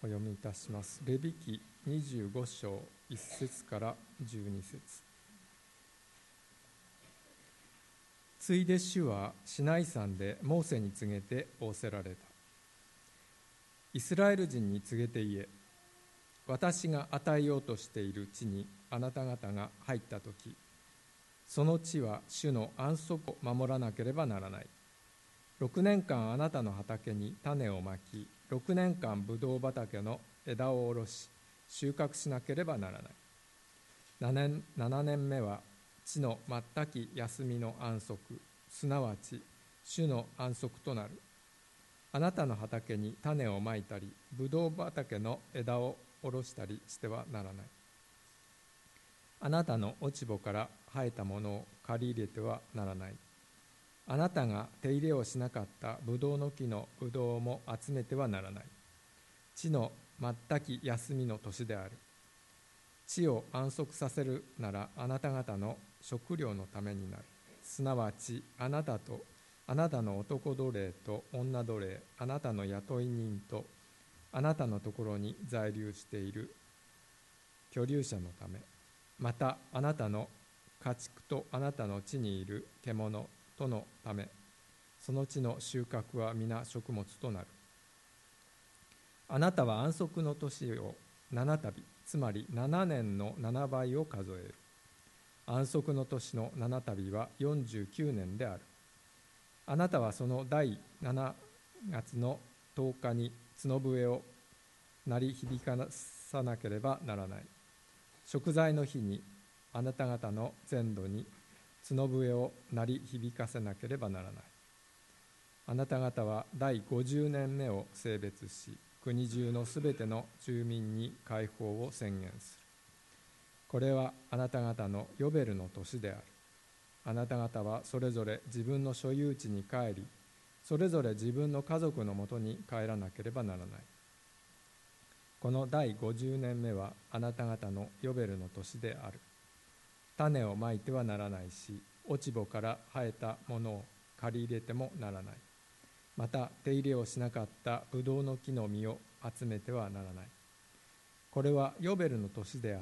読みいたします。レビ記25章1節から12節。ついで主はシナイ山でモーセに告げて仰せられた。イスラエル人に告げて言え、私が与えようとしている地にあなた方が入ったとき、その地は主の安息を守らなければならない。6年間あなたの畑に種をまき、6年間ブドウ畑の枝を下ろし、収穫しなければならない。7年目は地の全き休みの安息、すなわち主の安息となる。あなたの畑に種をまいたり、ブドウ畑の枝を下ろしたりしてはならない。あなたの落ち穂から生えたものを借り入れてはならない。あなたが手入れをしなかったブドウの木のブドウも集めてはならない。地の全き休みの年である。地を安息させるならあなた方の食料のためになる。すなわちあなたとあなたの男奴隷と女奴隷、あなたの雇い人とあなたのところに在留している居留者のため、またあなたの家畜とあなたの地にいる獣とのため、その地の収穫は皆食物となる。あなたは安息の年を7度、つまり7年の7倍を数える。安息の年の7度は49年である。あなたはその第7月の10日に角笛を鳴り響かさなければならない。贖罪の日にあなた方の全土に角笛を鳴り響かせなければならない。あなた方は第50年目を聖別し、国中のすべての住民に解放を宣言する。これはあなた方のヨベルの年である。あなた方はそれぞれ自分の所有地に帰り、それぞれ自分の家族のもとに帰らなければならない。この第50年目はあなた方のヨベルの年である。種をまいてはならないし、落ち穂から生えたものを借り入れてもならない。また手入れをしなかったブドウの木の実を集めてはならない。これはヨベルの年であって、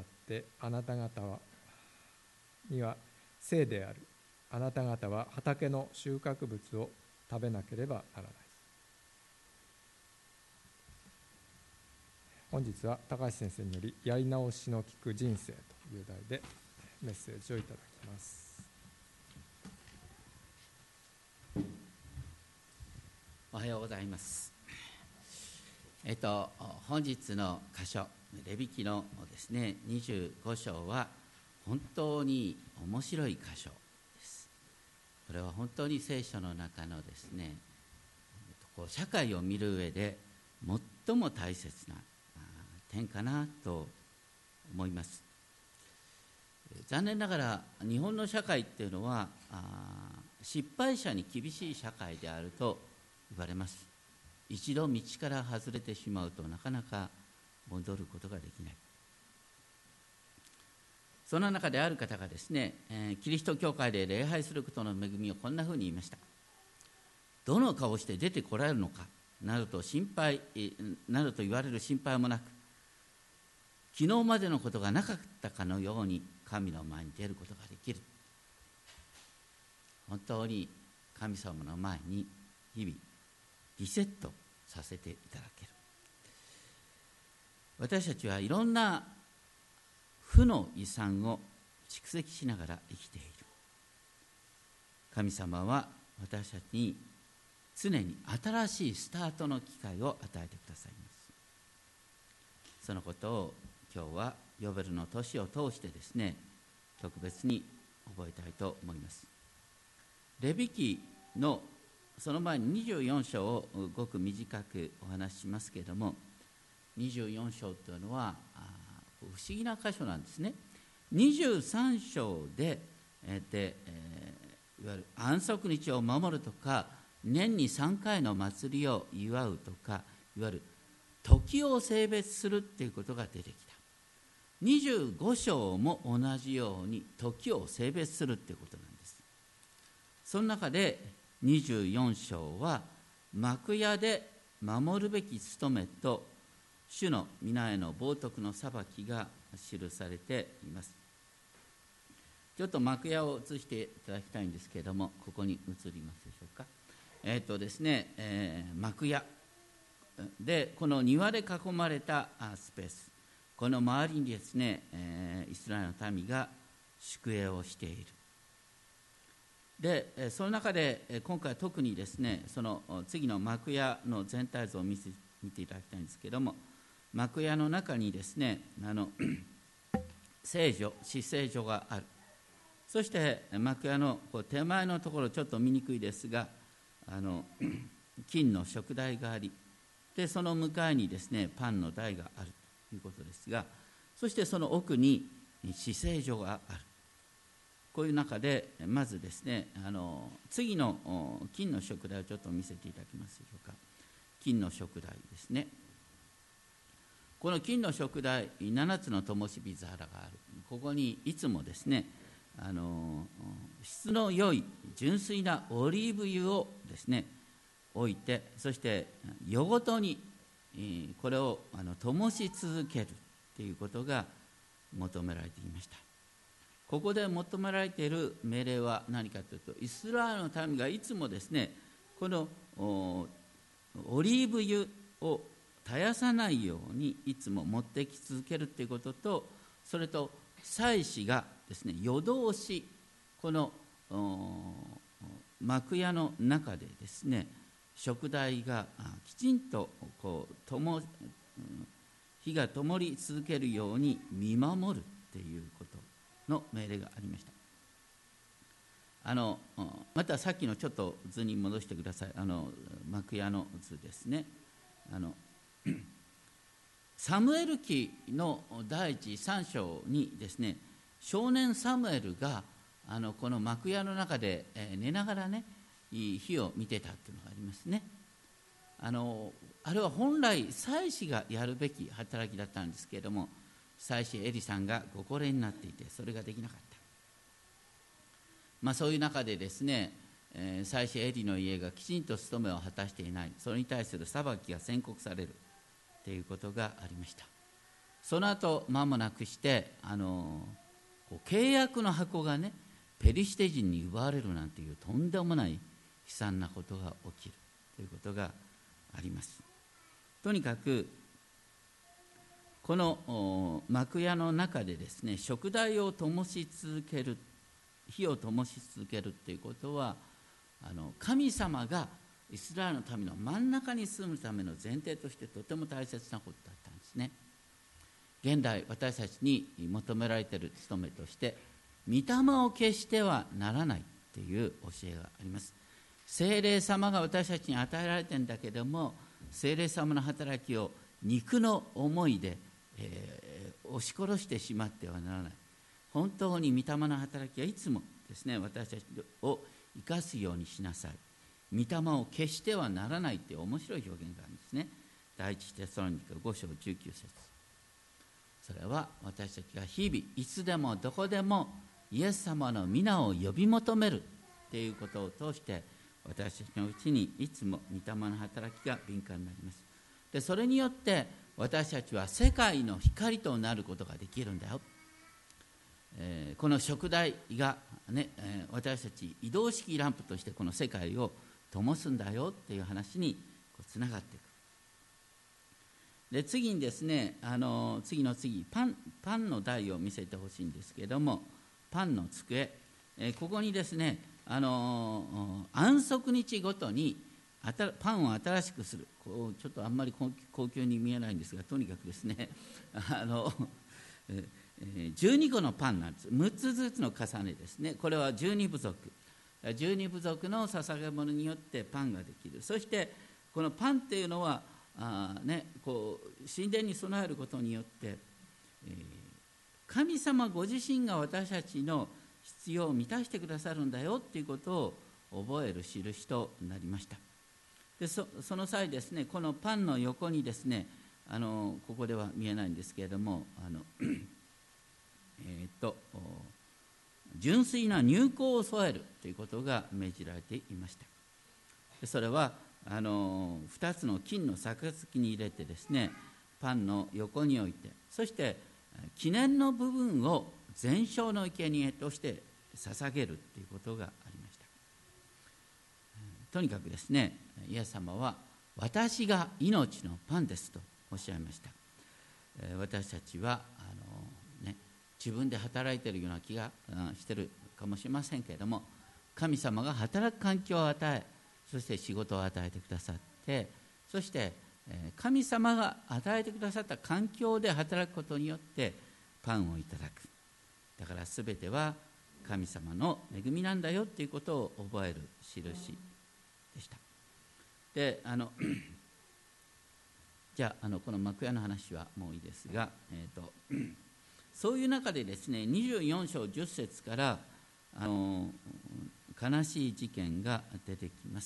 あなた方には聖である。あなた方は畑の収穫物を食べなければならない。本日は高橋先生によりやり直しのきく人生という題でメッセージをいただきます。 おはようございます。本日の箇所、レビ記のですね、25章は本当に面白い箇所です。これは本当に聖書の中のですね、社会を見る上で最も大切な点かなと思います。残念ながら日本の社会っていうのは失敗者に厳しい社会であると言われます。一度道から外れてしまうとなかなか戻ることができない。その中である方がですね、キリスト教会で礼拝することの恵みをこんなふうに言いました。どの顔して出てこられるのかなどと言われる心配もなく、昨日までのことがなかったかのように神の前に出ることができる。本当に神様の前に日々リセットさせていただける。私たちはいろんな負の遺産を蓄積しながら生きている。神様は私たちに常に新しいスタートの機会を与えてくださいます。そのことを今日はヨベルの年を通してですね、特別に覚えたいと思います。レビ記のその前に24章をごく短くお話ししますけれども、24章というのは不思議な箇所なんですね。23章で、いわゆる安息日を守るとか、年に3回の祭りを祝うとか、いわゆる時を性別するっていうことが出てきた。25章も同じように時を性別するっていうことなんです。その中で24章は幕屋で守るべき務めと主の皆への冒涜の裁きが記されています。ちょっと幕屋を映していただきたいんですけれども、ここに映りますでしょうか。ですね、幕屋でこの庭で囲まれたスペース、この周りにですね、イスラエルの民が宿営をしている。でその中で今回特にですね、その次の幕屋の全体像を見ていただきたいんですけれども、幕屋の中にですね、聖所、至聖所がある。そして幕屋の手前のところ、ちょっと見にくいですが、金の燭台があり、でその向かいにですねパンの台があるということですが、そしてその奥に至聖所がある。こういう中でまずですね、次の金の燭台をちょっと見せていただけますでしょうか。金の燭台ですね。この金の燭台、7つの灯火皿がある。ここにいつもですね、質の良い純粋なオリーブ油をですね置いて、そして夜ごとにこれを灯し続けるということが求められていました。ここで求められている命令は何かというと、イスラエルの民がいつもですね、このオリーブ油を絶やさないようにいつも持ってき続けるということと、それと祭司がですね、夜通しこの幕屋の中でですね、燭台がきちんと火が灯り続けるように見守るということの命令がありました。またさっきのちょっと図に戻してください。幕屋の図ですね。サムエル記の第3章にですね、少年サムエルがこの幕屋の中で寝ながらね、火を見てたっていうのがありますね。あれは本来祭司がやるべき働きだったんですけれども、祭司エリさんがご高齢になっていて、それができなかった。そういう中でですね、祭司エリの家がきちんと務めを果たしていない、それに対する裁きが宣告されるということがありました。その後間もなくして契約の箱がね、ペリシテ人に奪われるなんていうとんでもない悲惨なことが起きるということがあります。とにかくこの幕屋の中でですね、燭台を灯し続ける、火を灯し続けるということは、神様がイスラエルの民の真ん中に住むための前提としてとても大切なことだったんですね。現代私たちに求められている務めとして、御霊を消してはならないという教えがあります。聖霊様が私たちに与えられているんだけども、聖霊様の働きを肉の思いで、押し殺してしまってはならない。本当に御霊の働きはいつもですね、私たちを生かすようにしなさい。御霊を消してはならないという面白い表現があるんですね。第一テサロニカ5章19節。それは私たちが日々いつでもどこでもイエス様の皆を呼び求めるということを通して、私たちのうちにいつも御霊の働きが敏感になります。でそれによって私たちは世界の光となることができるんだよ。この燭台が、ね、私たち移動式ランプとしてこの世界を灯すんだよっていう話につながっていく。で次にですね、次パンの台を見せてほしいんですけれども、パンの机、ここにですね、安息日ごとにパンを新しくする、ちょっとあんまり高級に見えないんですが、とにかくですね12個のパンなんです。6つずつの重ねですね。これは12部族の捧げ物によってパンができる。そしてこのパンっていうのは神殿に備えることによって、神様ご自身が私たちの必要を満たしてくださるんだよっていうことを覚える印となりました。で その際ですね、このパンの横にですね、ここでは見えないんですけれども、純粋な乳香を添えるということが命じられていました。でそれは2つの金の杯に入れてですね、 パンの横に置いて、そして記念の部分を全焼の生贄として捧げるということがありました。とにかくですね、イエス様は私が命のパンですとおっしゃいました。私たちは自分で働いているような気がしてるかもしれませんけれども、神様が働く環境を与え、そして仕事を与えてくださって、そして神様が与えてくださった環境で働くことによってパンをいただく。だから全ては神様の恵みなんだよということを覚える印でした。で、じゃあ、この幕屋の話はもういいですが、そういう中でですね、24章10節から悲しい事件が出てきます。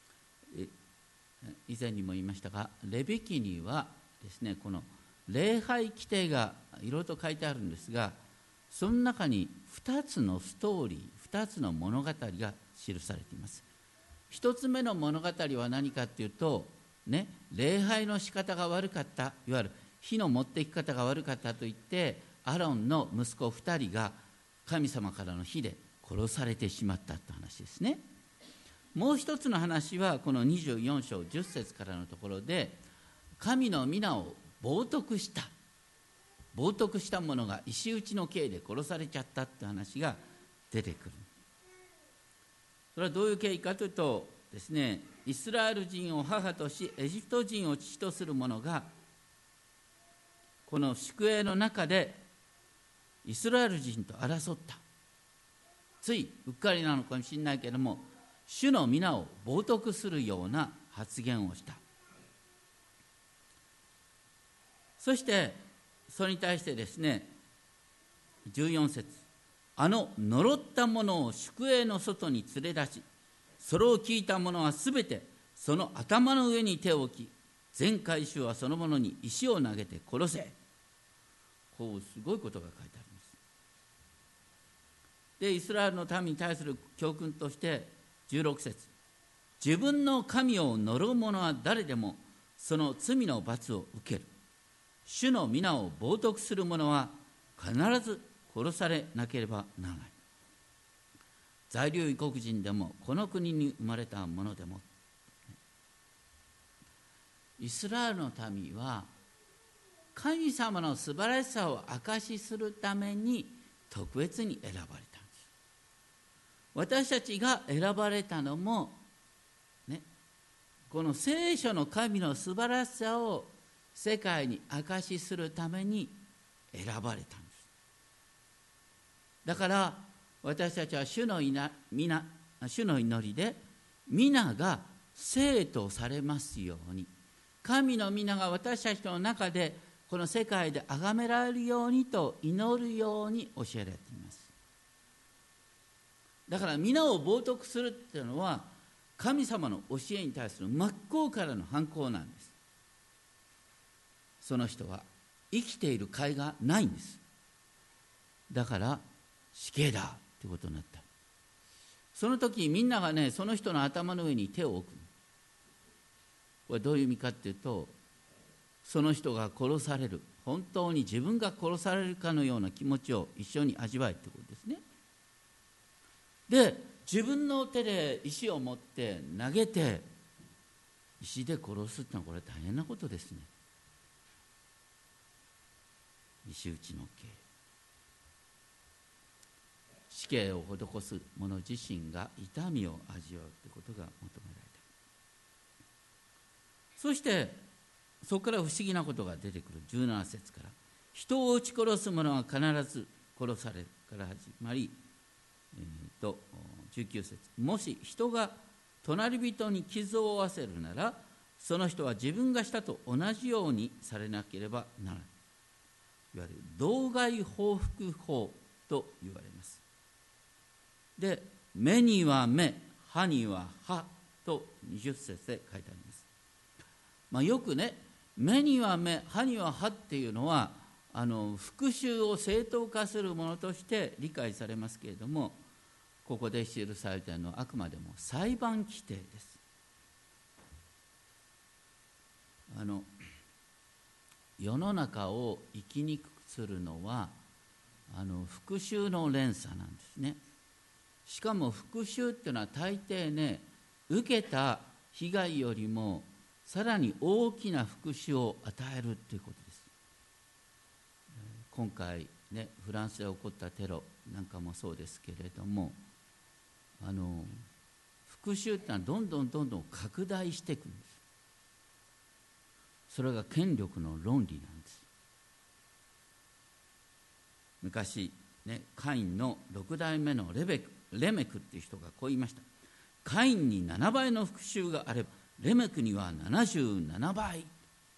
以前にも言いましたが、レビ記にはですね、この礼拝規定がいろいろと書いてあるんですが、その中に2つのストーリー、2つの物語が記されています。1つ目の物語は何かというと、礼拝の仕方が悪かった、いわゆる火の持っていき方が悪かったといって、アロンの息子2人が神様からの火で殺されてしまったという話ですね。もう一つの話はこの24章10節からのところで、神の皆を冒涜した者が石打ちの刑で殺されちゃったって話が出てくる。それはどういう経緯かというとですね、イスラエル人を母としエジプト人を父とする者がこの宿営の中でイスラエル人と争った。ついうっかりなのかもしれないけれども、主の皆を冒涜するような発言をした。そしてそれに対してですね、14節、呪った者を宿営の外に連れ出し、それを聞いた者はすべてその頭の上に手を置き、全会衆はその者に石を投げて殺せ。こうすごいことが書いてあります。で、イスラエルの民に対する教訓として16節、自分の神を呪う者は誰でもその罪の罰を受ける。主の皆を冒涜する者は必ず殺されなければならない。在留異国人でもこの国に生まれた者でも、イスラエルの民は神様の素晴らしさを証しするために特別に選ばれたんです。私たちが選ばれたのも、この聖書の神の素晴らしさを世界に証しするために選ばれたんです。だから私たちは主の祈りで皆が聖とされますように、神の皆が私たちの中でこの世界で崇められるようにと祈るように教えられています。だから皆を冒涜するっていうのは神様の教えに対する真っ向からの反抗なんです。その人は生きている甲斐がないんです。だから死刑だってことになった。その時みんながその人の頭の上に手を置く。これどういう意味かっていうと、その人が殺される、本当に自分が殺されるかのような気持ちを一緒に味わえってことですね。で、自分の手で石を持って投げて石で殺すってのはこれ大変なことですね。石打ちの刑、死刑を施す者自身が痛みを味わうということが求められた。そしてそこから不思議なことが出てくる。17節から、人を撃ち殺す者は必ず殺されるから始まり、19節、もし人が隣人に傷を負わせるなら、その人は自分がしたと同じようにされなければならない。いわゆる同害報復法と言われます。で、目には目、歯には歯と20節で書いてあります。よく目には目、歯には歯っていうのは復讐を正当化するものとして理解されますけれども、ここで記されているのはあくまでも裁判規定です。 世の中を生きにくくするのは復讐の連鎖なんですね。しかも復讐っていうのは大抵ね、受けた被害よりもさらに大きな復讐を与えるということです。今回ね、フランスで起こったテロなんかもそうですけれども、復讐ってのはどんどん拡大していくんです。それが権力の論理なんです。昔ね、カインの6代目のレメクっていう人がこう言いました。カインに7倍の復讐があればレメクには77倍、よ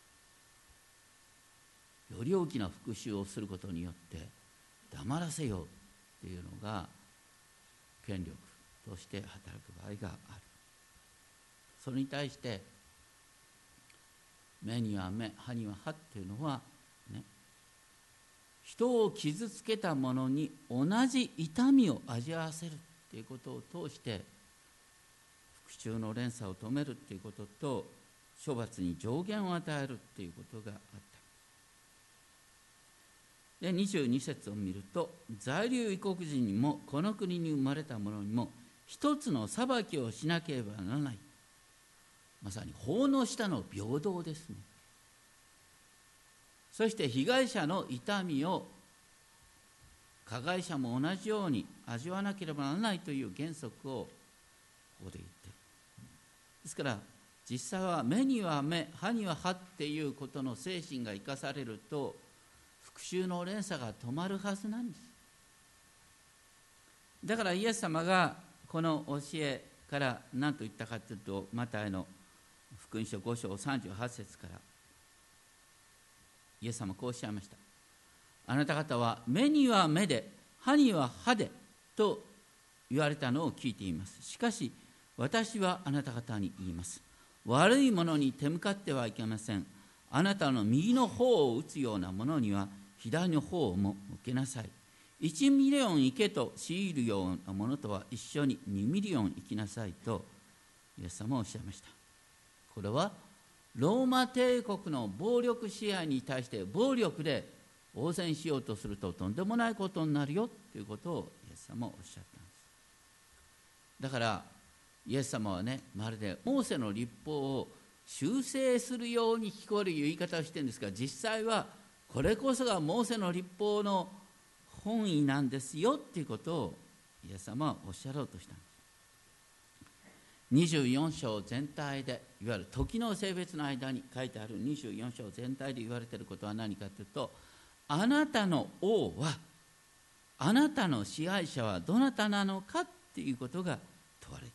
り大きな復讐をすることによって黙らせようっていうのが権力として働く場合がある。それに対して目には目、歯には歯っていうのはね、人を傷つけた者に同じ痛みを味わわせるっていうことを通して復讐の連鎖を止めるっていうことと、処罰に上限を与えるっていうことがあった。で22節を見ると、在留異国人にもこの国に生まれた者にも一つの裁きをしなければならない。まさに法の下の平等ですね。そして被害者の痛みを加害者も同じように味わわなければならないという原則をここで言っている。ですから実際は目には目、歯には歯っていうことの精神が生かされると復讐の連鎖が止まるはずなんです。だからイエス様がこの教えから何と言ったかというと、マタイの福音書5章38節からイエス様こうおっしゃいました。あなた方は目には目で歯には歯でと言われたのを聞いています。しかし私はあなた方に言います。悪いものに手向かってはいけません。あなたの右の方を打つようなものには左の方をも向けなさい。1ミリオン行けと強いるようなものとは一緒に2ミリオン行きなさいとイエス様はおっしゃいました。これはローマ帝国の暴力支配に対して暴力で応戦しようとするととんでもないことになるよということをイエス様はおっしゃったんです。だからイエス様はね、まるでモーセの律法を修正するように聞こえる言い方をしているんですが、実際はこれこそがモーセの律法の本意なんですよということをイエス様はおっしゃろうとしたんです。24章全体で、いわゆる時の性別の間に書いてある24章全体で言われていることは何かというと、あなたの王は、あなたの支配者はどなたなのかっていうことが問われている。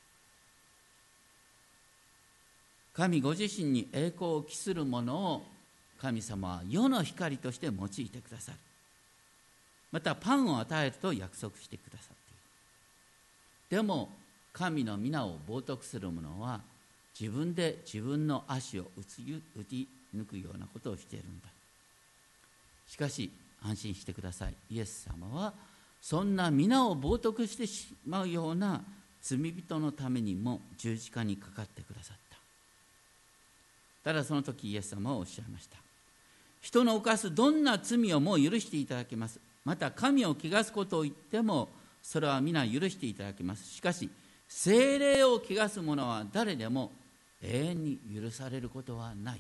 神ご自身に栄光を期するものを神様は世の光として用いてくださる。またパンを与えると約束してくださっている。でも神の皆を冒涜する者は自分で自分の足を打ち抜くようなことをしているんだ。しかし安心してください。イエス様はそんな皆を冒涜してしまうような罪人のためにも十字架にかかってくださった。ただその時イエス様はおっしゃいました。人の犯すどんな罪をも許していただけます。また神を汚すことを言ってもそれは皆許していただけます。しかし聖霊を汚す者は誰でも永遠に許されることはない。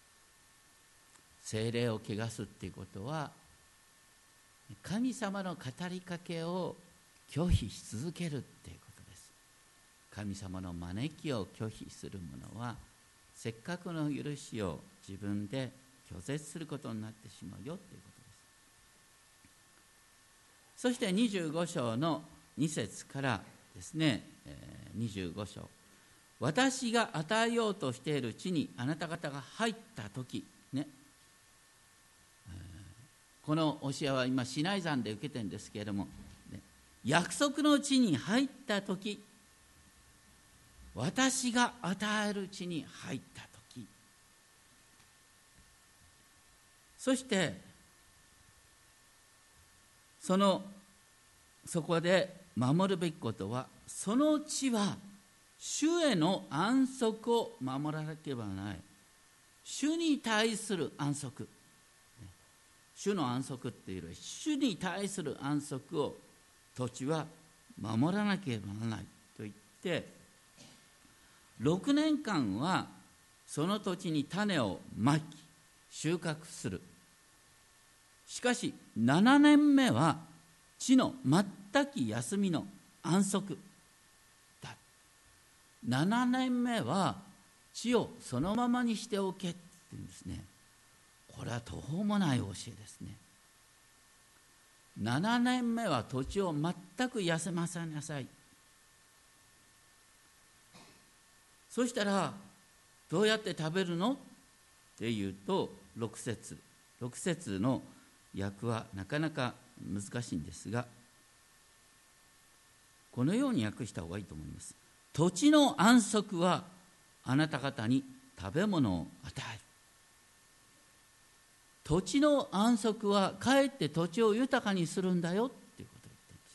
聖霊を汚すっていうことは神様の語りかけを拒否し続けるっていうことです。神様の招きを拒否する者はせっかくの許しを自分で拒絶することになってしまうよということです。そして25章の2節からですね、25章、私が与えようとしている地にあなた方が入った時ね、この教えは今シナイ山で受けてるんですけれども、ね、約束の地に入った時、私が与える地に入った時、そしてそこで守るべきことは、その地は主への安息を守らなければならない。主に対する安息、 主の安息っていうより主に対する安息を土地は守らなければならないと言って、6年間はその土地に種をまき収穫する。しかし7年目は地の全く休みの安息だ。7年目は地をそのままにしておけっていうんですね。これは途方もない教えですね。7年目は土地を全く休ませなさい。そしたらどうやって食べるのっていうと、6節の訳はなかなか難しいんですが、このように訳した方がいいと思います。土地の安息はあなた方に食べ物を与える。土地の安息はかえって土地を豊かにするんだよっていうことを言ってるんです。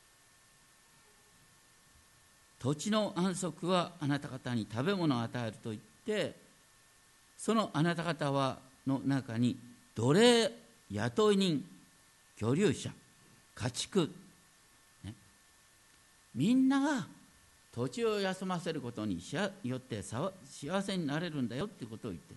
土地の安息はあなた方に食べ物を与えると言って、そのあなた方の中に奴隷、雇い人、居留者、家畜、ね、みんなが土地を休ませることによって幸せになれるんだよっていうことを言ってい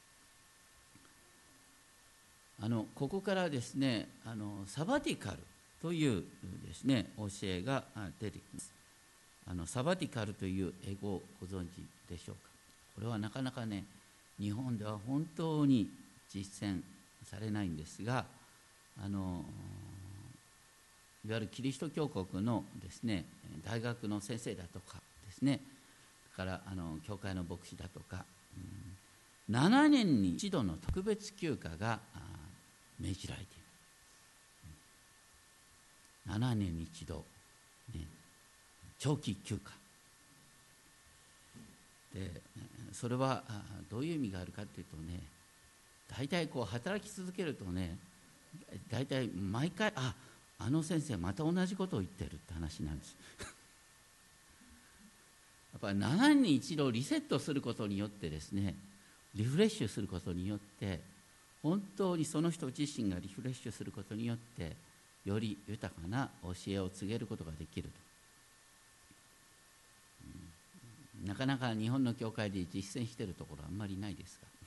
る。ここからですね、サバティカルというですね教えが出てきます。サバティカルという英語をご存知でしょうか。これはなかなかね、日本では本当に実践されないんですが、いわゆるキリスト教国のですね大学の先生だとかですね、だから教会の牧師だとか、7年に一度の特別休暇が命じられている。7年に一度、ね、長期休暇で、それはどういう意味があるかというとね、大体こう働き続けるとね、大体毎回あの先生また同じことを言ってるって話なんですやっぱり7年に一度リセットすることによってですね、リフレッシュすることによって、本当にその人自身がリフレッシュすることによってより豊かな教えを告げることができると、なかなか日本の教会で実践しているところはあんまりないですが、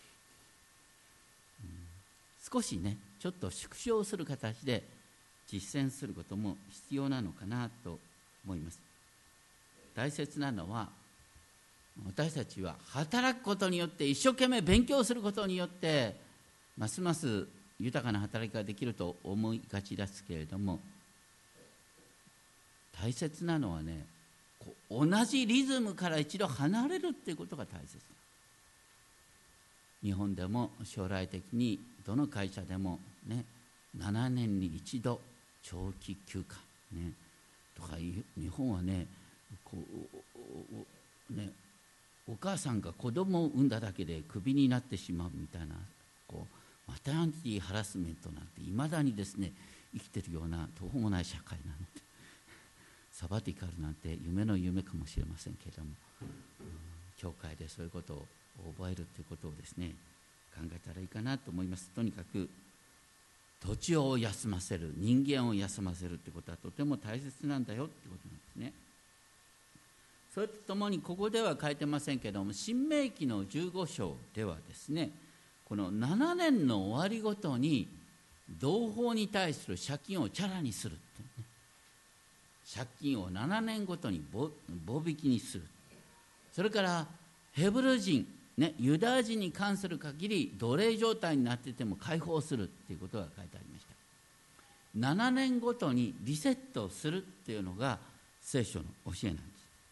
少しねちょっと縮小する形で実践することも必要なのかなと思います。大切なのは、私たちは働くことによって、一生懸命勉強することによってますます豊かな働きができると思いがちですけれども、大切なのはね、同じリズムから一度離れるっていうことが大切。日本でも将来的にどの会社でもね、7年に一度長期休暇ねとか、日本はね、お母さんが子供を産んだだけでクビになってしまうみたいな、マタニティハラスメントなんていまだにですね生きてるような途方もない社会なので、サバティカルなんて夢の夢かもしれませんけれども、教会でそういうことを覚えるということをですね考えたらいいかなと思います。とにかく土地を休ませる、人間を休ませるということはとても大切なんだよということなんですね。それとともにここでは書いてませんけれども、申命記の15章ではですね、この7年の終わりごとに同胞に対する借金をチャラにするって、ね、借金を7年ごとに棒引きにする。それからヘブル人、ね、ユダヤ人に関する限り奴隷状態になっていても解放するということが書いてありました。7年ごとにリセットするっていうのが聖書の教えなんです。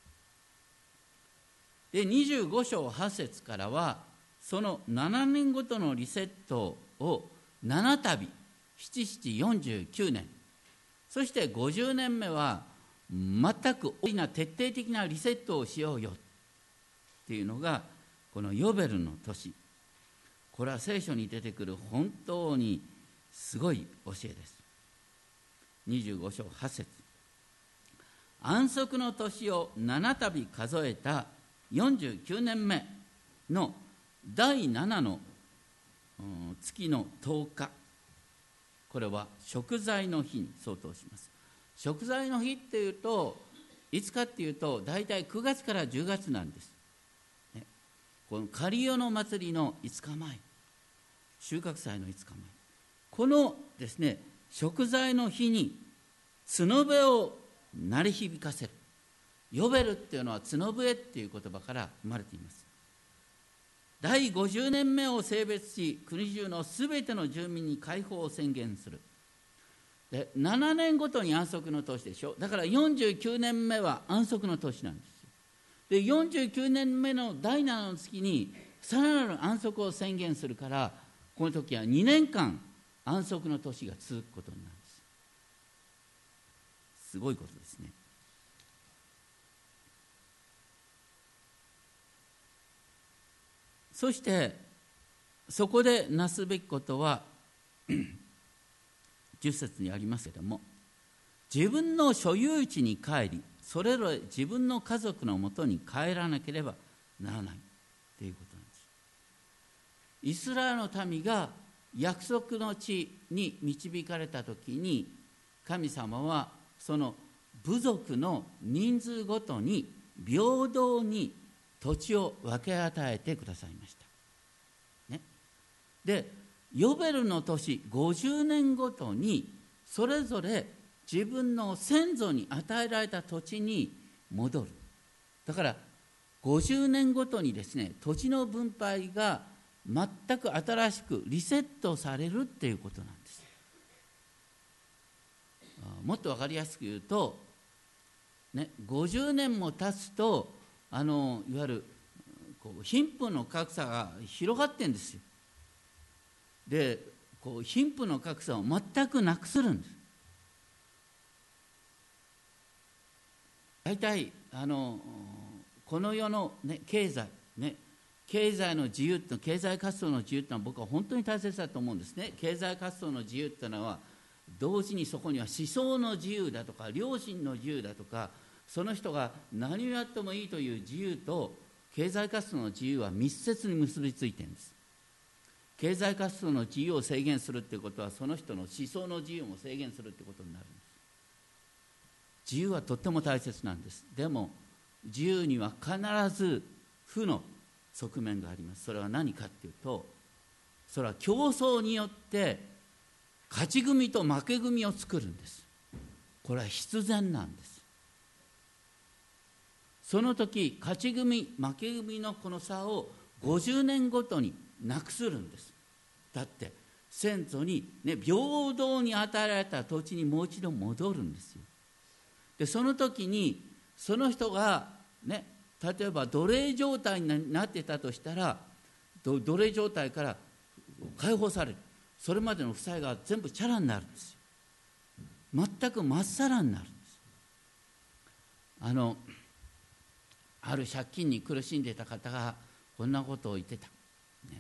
で25章8節からはその7年ごとのリセットを7度、49年、そして50年目は全く大きな徹底的なリセットをしようよっていうのがこのヨベルの年。これは聖書に出てくる本当にすごい教えです。25章8節、安息の年を7度数えた49年目の第7の月の10日これは贖罪の日に相当します。贖罪の日っていうといつかっていうと大体9月から10月なんです、ね、このカリオの祭りの5日前、収穫祭の5日前、このですね贖罪の日に角笛を鳴り響かせる。ヨベルっていうのは角笛っていう言葉から生まれています。第50年目を性別し、国中のすべての住民に解放を宣言する。で7年ごとに安息の年でしょ。だから49年目は安息の年なんですよ。で49年目の第7の月にさらなる安息を宣言するから、この時は2年間安息の年が続くことになるんです。すごいことですね。そしてそこでなすべきことは10節にありますけれども、自分の所有地に帰り、それぞれ自分の家族のもとに帰らなければならないということなんです。イスラエルの民が約束の地に導かれたときに、神様はその部族の人数ごとに平等に土地を分け与えてくださいました、ね、でヨベルの年50年ごとにそれぞれ自分の先祖に与えられた土地に戻る。だから50年ごとにですね、土地の分配が全く新しくリセットされるっていうことなんです。もっと分かりやすく言うと、ね、50年も経つといわゆる貧富の格差が広がってんですよ。で貧富の格差を全くなくするんです。大体この世の、ね、経済の自由と経済活動の自由というのは僕は本当に大切だと思うんですね。経済活動の自由というのは同時にそこには思想の自由だとか良心の自由だとか、その人が何をやってもいいという自由と経済活動の自由は密接に結びついているんです。経済活動の自由を制限するということはその人の思想の自由も制限するということになるんです。自由はとっても大切なんです。でも自由には必ず負の側面があります。それは何かというと、それは競争によって勝ち組と負け組を作るんです。これは必然なんです。その時勝ち組負け組のこの差を50年ごとになくするんです。だって先祖に、ね、平等に与えられた土地にもう一度戻るんですよ。でその時にその人が、ね、例えば奴隷状態になってたとしたら、奴隷状態から解放される。それまでの負債が全部チャラになるんですよ。全くまっさらになるんです。ある借金に苦しんでいた方がこんなことを言ってた、ね、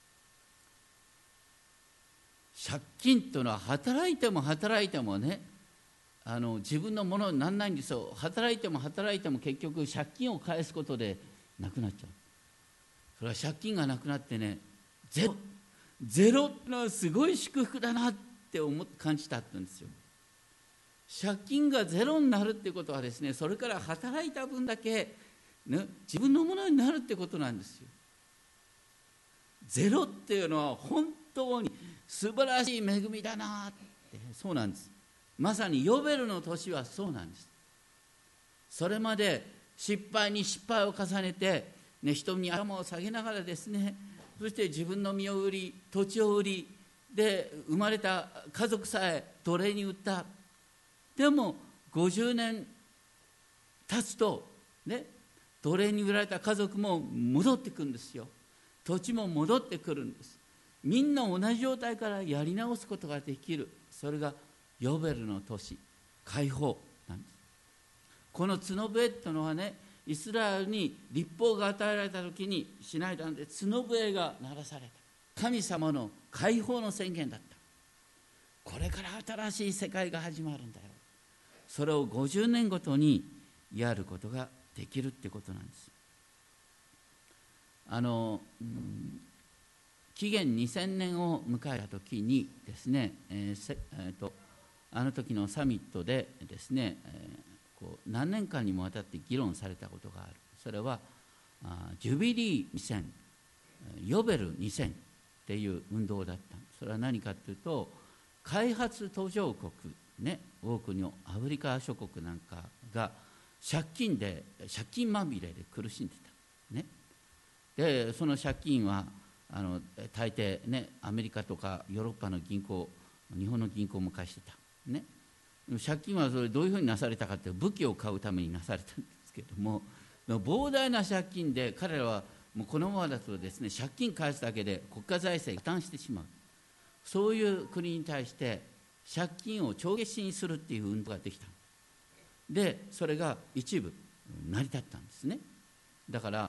借金というのは働いても働いてもね、自分のものにならないんですよ。働いても働いても結局借金を返すことでなくなっちゃう。それは借金がなくなってね、ゼロってのはすごい祝福だなって感じたって言うんですよ。借金がゼロになるってことはですね、それから働いた分だけ、ね、自分のものになるってことなんですよ。ゼロっていうのは本当に素晴らしい恵みだなって。そうなんです。まさにヨベルの年はそうなんです。それまで失敗に失敗を重ねて、ね、人に頭を下げながらですね、そして自分の身を売り土地を売りで生まれた家族さえ奴隷に売った。でも50年経つとね、奴隷に売られた家族も戻ってくるんですよ。土地も戻ってくるんです。みんな同じ状態からやり直すことができる。それがヨベルの年、解放なんです。この角笛というのはね、イスラエルに立法が与えられた時にシナイ山で角笛が鳴らされた。神様の解放の宣言だった。これから新しい世界が始まるんだよ。それを50年ごとにやることができるってことなんです。 紀元2000年を迎えた時にですね、あの時のサミットでですね、何年間にもわたって議論されたことがある。それはジュビリー2000、ヨベル2000っていう運動だった。それは何かというと、開発途上国ね、多くのアフリカ諸国なんかが借金まみれで苦しんでた、ね、でその借金は大抵ね、アメリカとかヨーロッパの銀行、日本の銀行も貸してた、ね、借金はそれどういうふうになされたかって武器を買うためになされたんですけれども、膨大な借金で彼らはもうこのままだとですね、借金返すだけで国家財政が負担してしまう。そういう国に対して借金を帳消しにするっていう運動ができた。でそれが一部成り立ったんですね。だから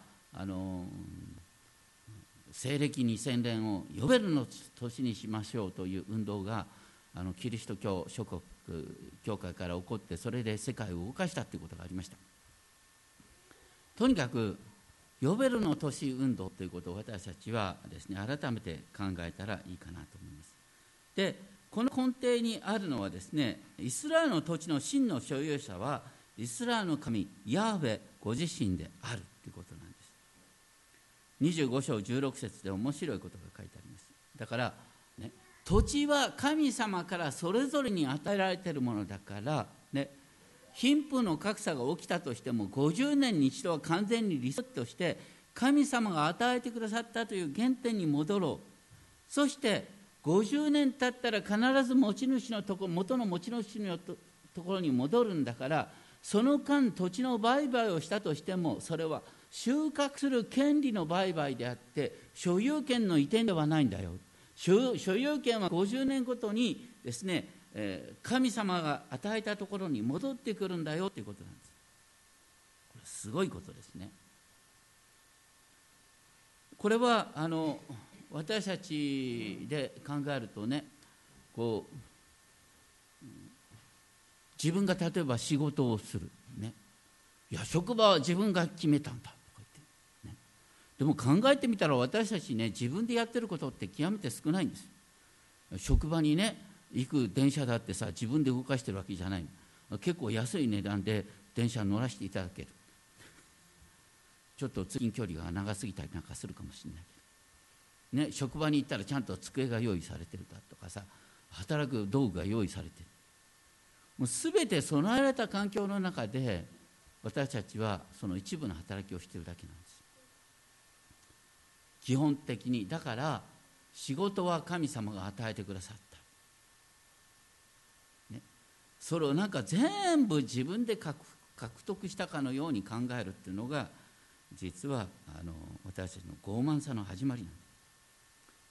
西暦2000年をヨベルの年にしましょうという運動がキリスト教諸国教会から起こって、それで世界を動かしたということがありました。とにかくヨベルの年運動ということを私たちはですね、改めて考えたらいいかなと思います。でこの根底にあるのはですね、イスラエルの土地の真の所有者はイスラエルの神ヤーヴェご自身であるということなんです。25章16節で面白いことが書いてあります。だから、ね、土地は神様からそれぞれに与えられているものだから、ね、貧富の格差が起きたとしても50年に一度は完全にリセットして神様が与えてくださったという原点に戻ろう。そして50年経ったら必ず元の持ち主のところに戻るんだから、その間土地の売買をしたとしてもそれは収穫する権利の売買であって所有権の移転ではないんだよ。所有権は50年ごとにですね、神様が与えたところに戻ってくるんだよということなんです。これすごいことですね。これは私たちで考えるとね、自分が例えば仕事をする、ね、いや職場は自分が決めたんだとか言って、ね、でも考えてみたら私たちね、自分でやってることって極めて少ないんです。職場にね行く電車だってさ、自分で動かしてるわけじゃない。結構安い値段で電車乗らせていただける。ちょっと通勤距離が長すぎたりなんかするかもしれないけど、ね、職場に行ったらちゃんと机が用意されてるだとかさ、働く道具が用意されてる。もう全て備えられた環境の中で私たちはその一部の働きをしているだけなんです。基本的に。だから仕事は神様が与えてくださった、ね、それをなんか全部自分で獲得したかのように考えるっていうのが実は私たちの傲慢さの始まりなんです。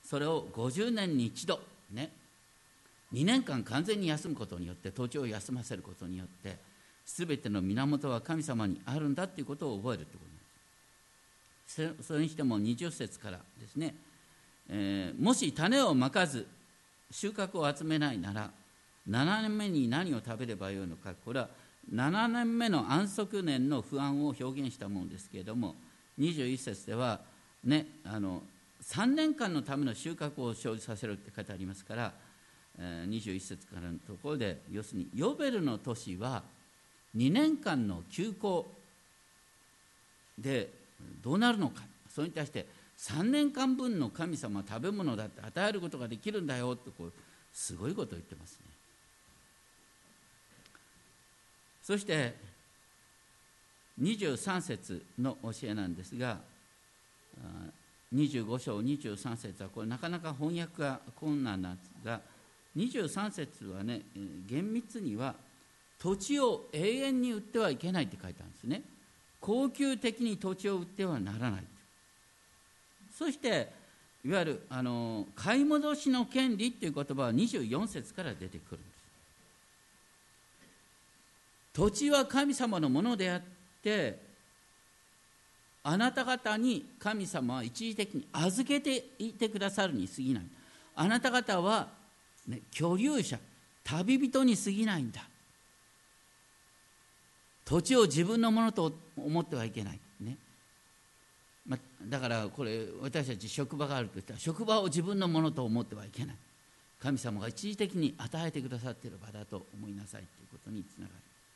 それを50年に一度ね、2年間完全に休むことによって、土地を休ませることによって全ての源は神様にあるんだということを覚えるということなんです。それにしても20節からですね、もし種をまかず収穫を集めないなら7年目に何を食べればよいのか。これは7年目の安息年の不安を表現したものですけれども、21節では、ね、3年間のための収穫を生じさせるって書いてありますから、21節からのところで、要するにヨベルの年は2年間の休耕でどうなるのか。それに対して3年間分の神様は食べ物だって与えることができるんだよってすごいことを言ってますね。そして23節の教えなんですが、25章23節はこれなかなか翻訳が困難なんですが、23節はね、厳密には土地を永遠に売ってはいけないって書いてあるんですね。恒久的に土地を売ってはならない。そしていわゆる買い戻しの権利という言葉は24節から出てくるんです。土地は神様のものであって、あなた方に神様は一時的に預けていてくださるに過ぎない。あなた方は、ね、居留者、旅人に過ぎないんだ。土地を自分のものと思ってはいけない、ね、 だからこれ私たち職場があると言ったら職場を自分のものと思ってはいけない。神様が一時的に与えてくださっている場だと思いなさいということにつなが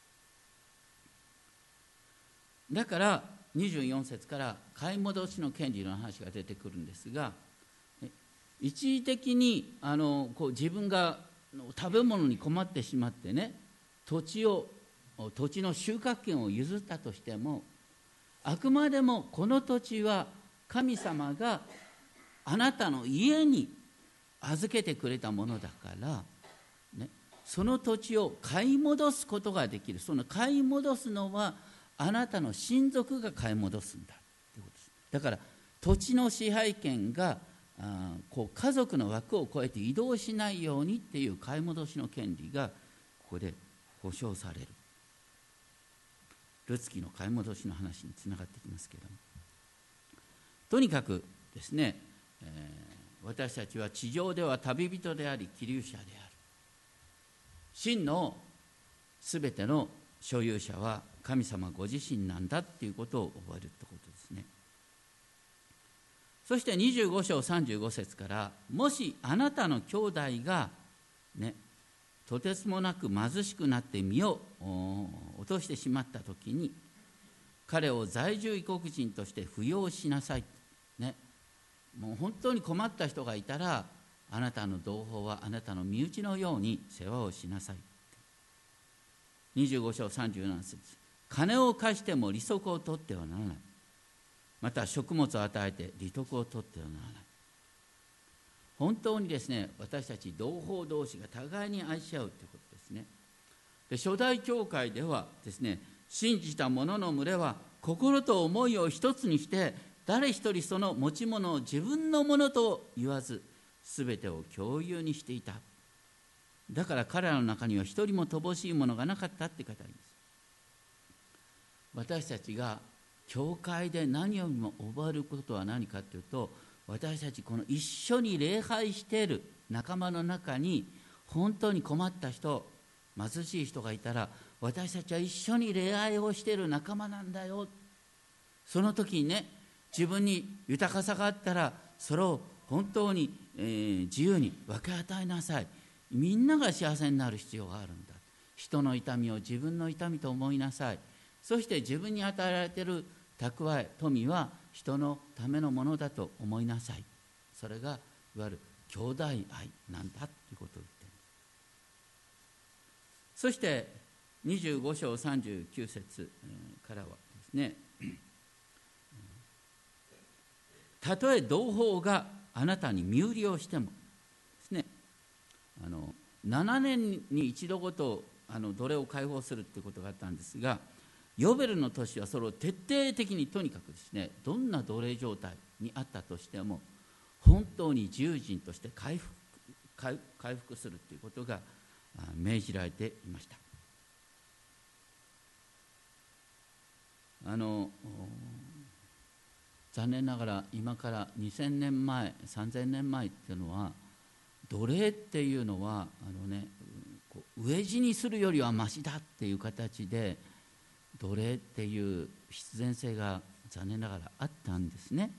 る。だから24節から買い戻しの権利の話が出てくるんですが、一時的に自分が食べ物に困ってしまってね、土地の収穫権を譲ったとしても、あくまでもこの土地は神様があなたの家に預けてくれたものだから、ね、その土地を買い戻すことができる。その買い戻すのはあなたの親族が買い戻すんだということです。だから土地の支配権が家族の枠を超えて移動しないようにっていう買い戻しの権利がここで保証される。ルツキの買い戻しの話につながってきますけれども、とにかくですね、私たちは地上では旅人であり寄留者である。真のすべての所有者は神様ご自身なんだっていうことを覚えるってことですね。そして25章35節から、もしあなたの兄弟がね、とてつもなく貧しくなって身を落としてしまったときに、彼を在住異国人として扶養しなさい、ね、もう本当に困った人がいたら、あなたの同胞はあなたの身内のように世話をしなさい。25章37節、金を貸しても利息を取ってはならない。また食物を与えて利得を取ってはならない。本当にですね、私たち同胞同士が互いに愛し合うということですね。で、初代教会ではですね、信じた者の群れは心と思いを一つにして、誰一人その持ち物を自分のものと言わず、すべてを共有にしていた。だから彼らの中には一人も乏しいものがなかったって語ります。私たちが教会で何よりも覚えることは何かというと、私たちこの一緒に礼拝している仲間の中に本当に困った人、貧しい人がいたら、私たちは一緒に礼拝をしている仲間なんだよ。その時にね、自分に豊かさがあったらそれを本当に、自由に分け与えなさい。みんなが幸せになる必要があるんだ。人の痛みを自分の痛みと思いなさい。そして自分に与えられている蓄え、富は人のためのものだと思いなさい。それがいわゆる兄弟愛なんだということを言っています。そして25章39節からはですね、たとえ同胞があなたに身売りをしてもですね、7年に一度ごと奴隷を解放するということがあったんですが、ヨベルの年はそれを徹底的に、とにかくですね、どんな奴隷状態にあったとしても本当に自由人として回復するということが命じられていました。残念ながら今から2000年前3000年前っていうのは、奴隷っていうのは飢え死にするよりはマシだっていう形で奴隷っていう必然性が残念ながらあったんですね。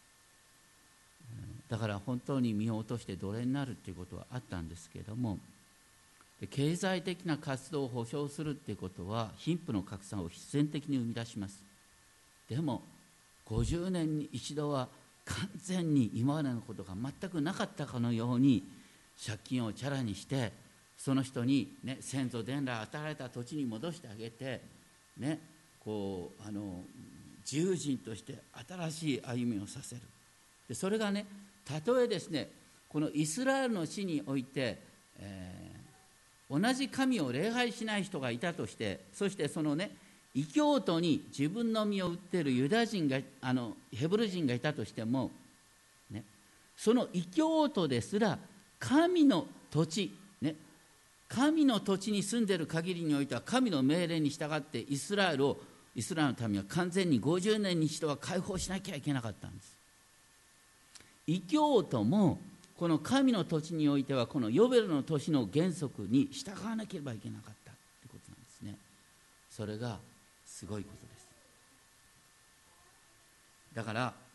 だから本当に身を落として奴隷になるっていうことはあったんですけれども、経済的な活動を保障するっていうことは貧富の格差を必然的に生み出します。でも50年に一度は完全に今までのことが全くなかったかのように借金をチャラにして、その人に、ね、先祖伝来与えられた土地に戻してあげて、ね、自由人として新しい歩みをさせる。でそれがね、たとえですね、このイスラエルの地において、同じ神を礼拝しない人がいたとして、そしてそのね、異教徒に自分の身を売っているユダヤ人がヘブル人がいたとしても、ね、その異教徒ですら神の土地、ね、神の土地に住んでいる限りにおいては神の命令に従ってイスラエルの民は完全に50年に一度は解放しなきゃいけなかったんです。異教徒もこの神の土地においてはこのヨベルの年の原則に従わなければいけなかったということなんですね。それがすごいことです。だから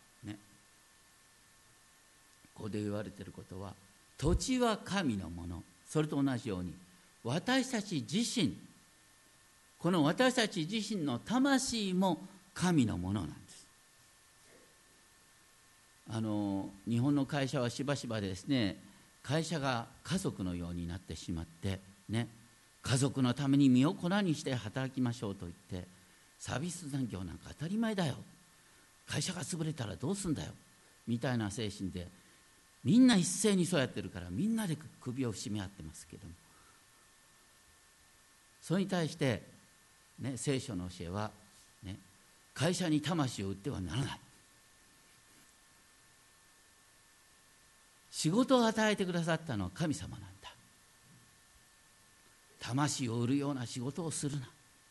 ここで言われていることは、土地は神のもの、それと同じように私たち自身、この私たち自身の魂も神のものなんです。日本の会社はしばしばですね、会社が家族のようになってしまってね、家族のために身を粉にして働きましょうと言って、サービス残業なんか当たり前だよ、会社が潰れたらどうすんだよみたいな精神で、みんな一斉にそうやってるからみんなで首を絞め合ってますけども、それに対して、ね、聖書の教えは、ね、会社に魂を売ってはならない。仕事を与えてくださったのは神様なんだ。魂を売るような仕事をするな。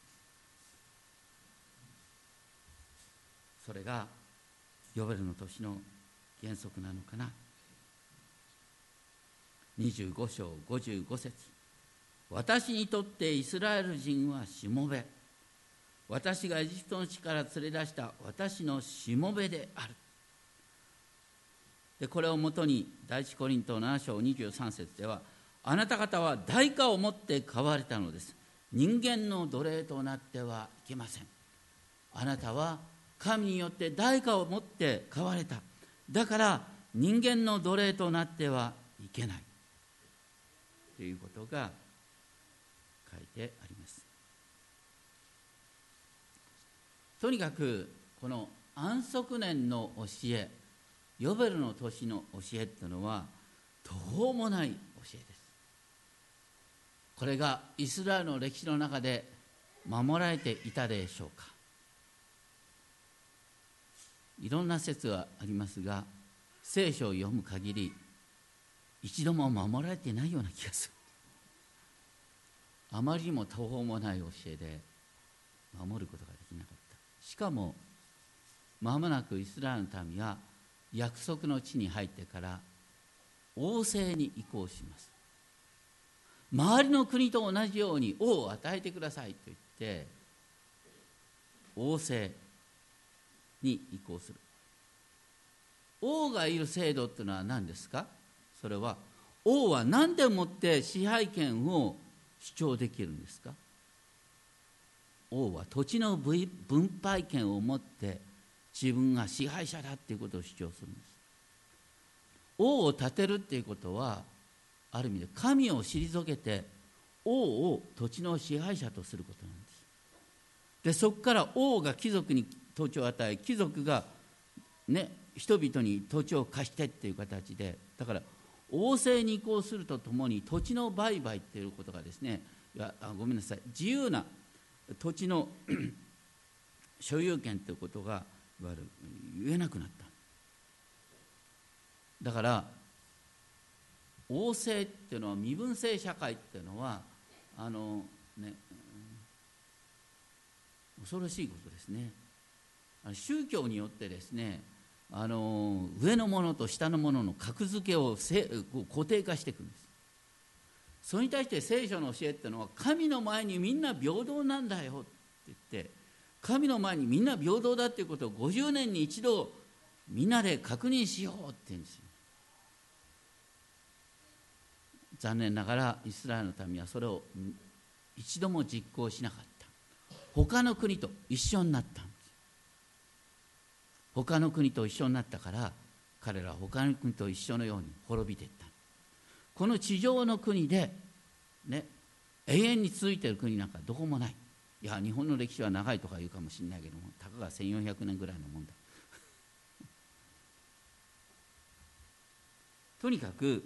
それがヨベルの年の原則なのかな。25章55節、私にとってイスラエル人はしもべ、私がエジプトの地から連れ出した私のしもべである。でこれをもとに第一コリント7章23節では、あなた方は代価をもって買われたのです。人間の奴隷となってはいけません。あなたは神によって代価をもって買われた。だから人間の奴隷となってはいけないということが書いてあります。とにかくこの安息年の教え、ヨベルの年の教えというのは途方もない教えです。これがイスラエルの歴史の中で守られていたでしょうか。いろんな説はありますが、聖書を読む限り一度も守られていないような気がする。あまりにも途方もない教えで守ることができなかった。しかも間もなくイスラエルの民は約束の地に入ってから王政に移行します。周りの国と同じように王を与えてくださいと言って王政に移行する。王がいる制度というのは何ですか。それは王は何でもって支配権を主張できるんですか。王は土地の分配権を持って自分が支配者だということを主張するんです。王を立てるっていうことはある意味で神を退けて王を土地の支配者とすることなんです。でそこから王が貴族に土地を与え、貴族が、ね、人々に土地を貸してっていう形で、だから王政に移行するとともに土地の売買っていうことがですね、ごめんなさい、自由な土地の所有権ということが言えなくなった。だから王政っていうのは、身分制社会っていうのは恐ろしいことですね。宗教によってですね、上のものと下のものの格付けを固定化していくんです。それに対して聖書の教えっていうのは、神の前にみんな平等なんだよって言って、神の前にみんな平等だっていうことを50年に一度みんなで確認しようって言うんですよ。残念ながらイスラエルの民はそれを一度も実行しなかった。他の国と一緒になったんです。他の国と一緒になったから彼らは他の国と一緒のように滅びていった。この地上の国で、ね、永遠に続いている国なんかどこもない。いや日本の歴史は長いとか言うかもしれないけども、たかが1400年ぐらいのもんだ。とにかく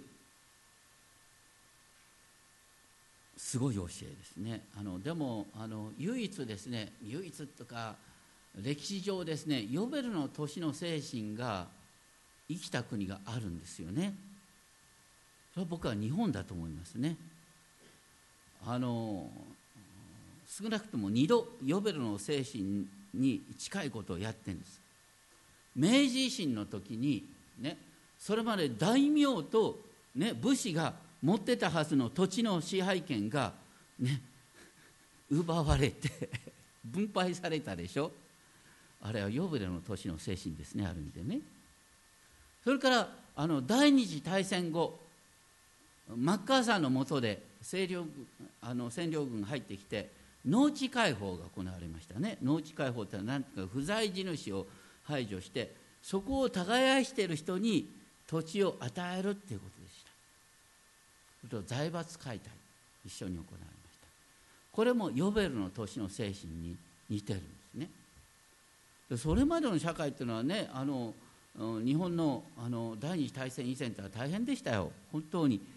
すごい教えですね。でも唯一ですね、唯一とか歴史上ですね、ヨベルの年の精神が生きた国があるんですよね。それは僕は日本だと思いますね。少なくとも2度ヨベルの精神に近いことをやってるんです。明治維新の時にね、それまで大名と、ね、武士が持ってたはずの土地の支配権が、ね、奪われて分配されたでしょ。あれはヨベルの年の精神ですね、ある意味でね。それから第二次大戦後マッカーサーの下で占領軍が入ってきて農地解放が行われましたね。農地解放というのは何ていうか不在地主を排除してそこを耕している人に土地を与えるということでした。それと財閥解体一緒に行われました。これもヨベルの年の精神に似てるんですね。でそれまでの社会というのはね日本の第二次大戦以前とは大変でしたよ。本当に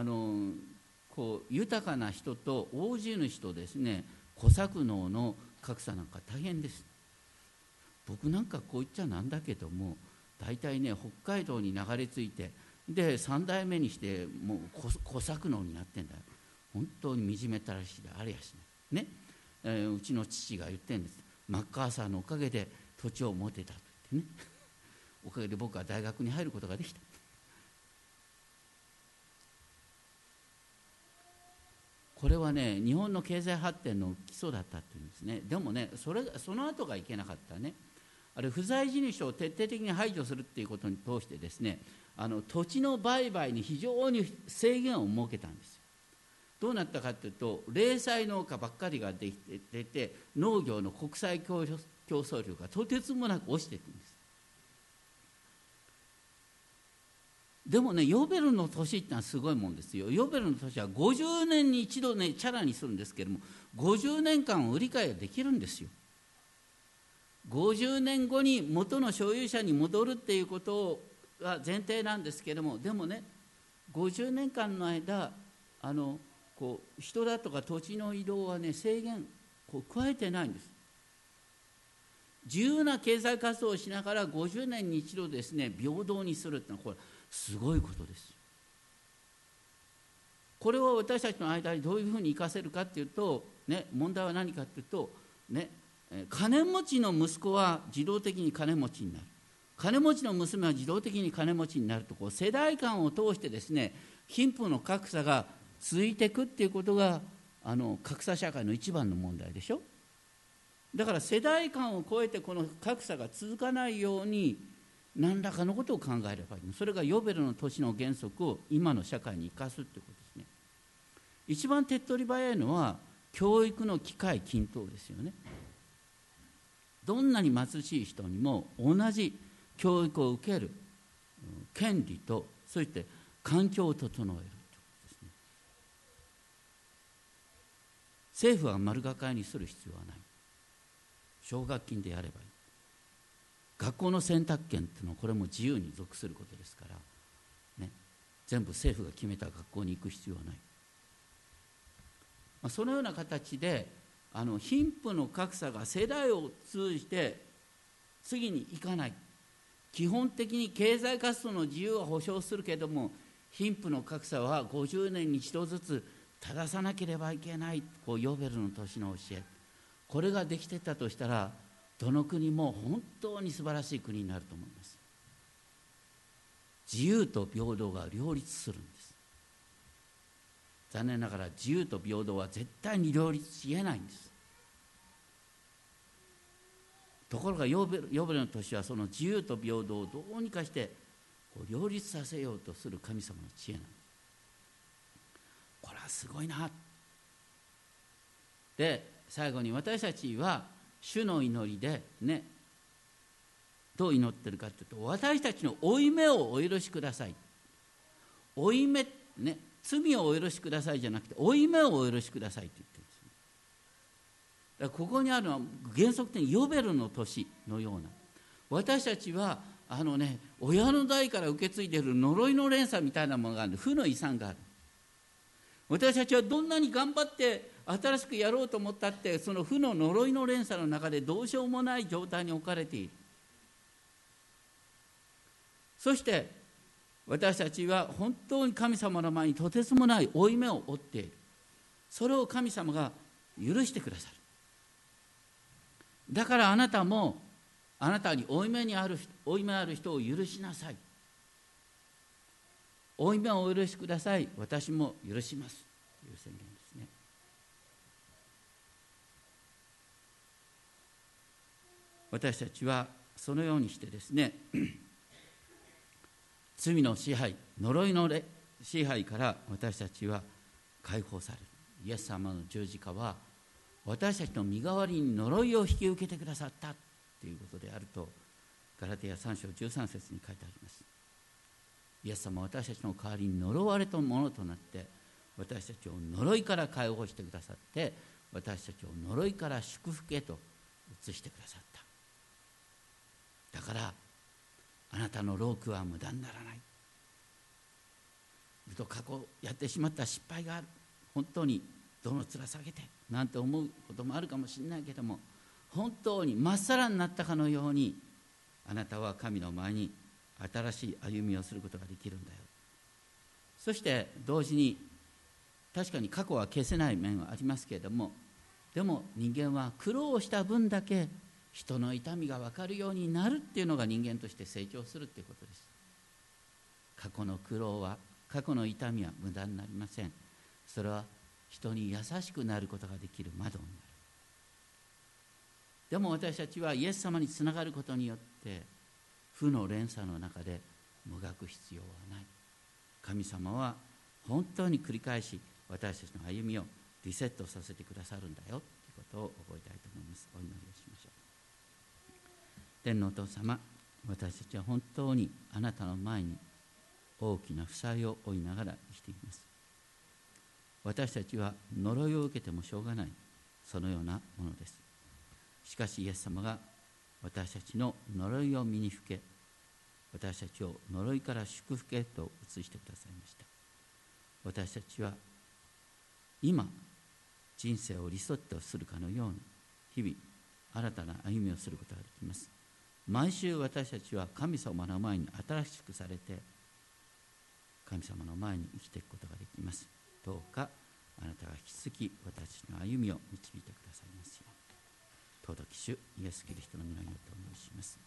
豊かな人と大地主とですね小作農の格差なんか大変です。僕なんかこう言っちゃなんだけども大体ね北海道に流れ着いてで3代目にしてもう小作農になってんだよ。本当に惨めたらしいであれやしね、うちの父が言ってるんです。マッカーサーのおかげで土地を持てたと言ってねおかげで僕は大学に入ることができた。これはね日本の経済発展の基礎だったっていうんですね。でもねその後がいけなかったね。あれ不在地主を徹底的に排除するっていうことに通してですね土地の売買に非常に制限を設けたんですよ。どうなったかというと零細農家ばっかりが出て農業の国際競争力がとてつもなく落ちていくんです。でもねヨベルの年ってのはすごいもんですよ。ヨベルの年は50年に一度ねチャラにするんですけれども50年間売り買いができるんですよ。50年後に元の所有者に戻るっていうことが前提なんですけれども、でもね50年間の間人だとか土地の移動はね制限加えてないんです。自由な経済活動をしながら50年に一度ですね平等にするってのはこれすごいことです。これを私たちの間にどういうふうに生かせるかっていうと、ね、問題は何かっていうと、ね、金持ちの息子は自動的に金持ちになる、金持ちの娘は自動的に金持ちになると世代間を通してですね貧富の格差が続いていくっていうことが格差社会の一番の問題でしょ。だから世代間を超えてこの格差が続かないように何らかのことを考えればいい。それがヨベルの年の原則を今の社会に生かすってことですね。一番手っ取り早いのは教育の機会均等ですよね。どんなに貧しい人にも同じ教育を受ける権利とそして環境を整えるということですね。政府は丸がかりにする必要はない。奨学金でやればいい。学校の選択権っていうのはこれも自由に属することですから、ね、全部政府が決めた学校に行く必要はない。そのような形で貧富の格差が世代を通じて次に行かない。基本的に経済活動の自由は保障するけれども貧富の格差は50年に一度ずつ正さなければいけない。ヨベルの年の教え、これができてたとしたらどの国も本当に素晴らしい国になると思います。自由と平等が両立するんです。残念ながら自由と平等は絶対に両立し得ないんです。ところがヨベルの年はその自由と平等をどうにかして両立させようとする神様の知恵なんです。これはすごいな。で最後に私たちは主の祈りでねどう祈ってるかというと、私たちの負い目をお許しください。負い目ね、罪をお許しくださいじゃなくて負い目をお許しくださいって言ってるんです。だからここにあるのは原則的にヨベルの年のような、私たちは親の代から受け継いでいる呪いの連鎖みたいなものがある、負の遺産がある。私たちはどんなに頑張って新しくやろうと思ったってその負の呪いの連鎖の中でどうしようもない状態に置かれている。そして私たちは本当に神様の前にとてつもない負い目を負っている。それを神様が許してくださる。だからあなたもあなたに負い目ある人を許しなさい。負い目をお許しください。私も許しますという宣言ですね。私たちはそのようにしてですね罪の支配、呪いの支配から私たちは解放される。イエス様の十字架は私たちの身代わりに呪いを引き受けてくださったということであると、ガラテヤ3章13節に書いてあります。イエス様は私たちの代わりに呪われたものとなって、私たちを呪いから解放してくださって、私たちを呪いから祝福へと移してくださった。だからあなたの労苦は無駄にならない。過去やってしまった失敗がある、本当にどの面下げてなんて思うこともあるかもしれないけども、本当にまっさらになったかのように、あなたは神の前に新しい歩みをすることができるんだよ。そして同時に、確かに過去は消せない面はありますけれども、でも人間は苦労した分だけ人の痛みが分かるようになるっていうのが人間として成長するっていうことです。過去の苦労は、過去の痛みは無駄になりません。それは人に優しくなることができる窓になる。でも私たちはイエス様につながることによって負の連鎖の中でもがく必要はない。神様は本当に繰り返し私たちの歩みをリセットさせてくださるんだよということを覚えたいと思います。お祈りをしましょう。天のお父様、私たちは本当にあなたの前に大きな負債を負いながら生きています。私たちは呪いを受けてもしょうがない、そのようなものです。しかしイエス様が私たちの呪いを身にふけ、私たちを呪いから祝福へと移してくださいました。私たちは今人生をリセットするかのように、日々新たな歩みをすることができます。毎週私たちは神様の前に新しくされて、神様の前に生きていくことができます。どうかあなたが引き続き私の歩みを導いてくださいますように。尊き主イエスキリストの皆によってお願いします。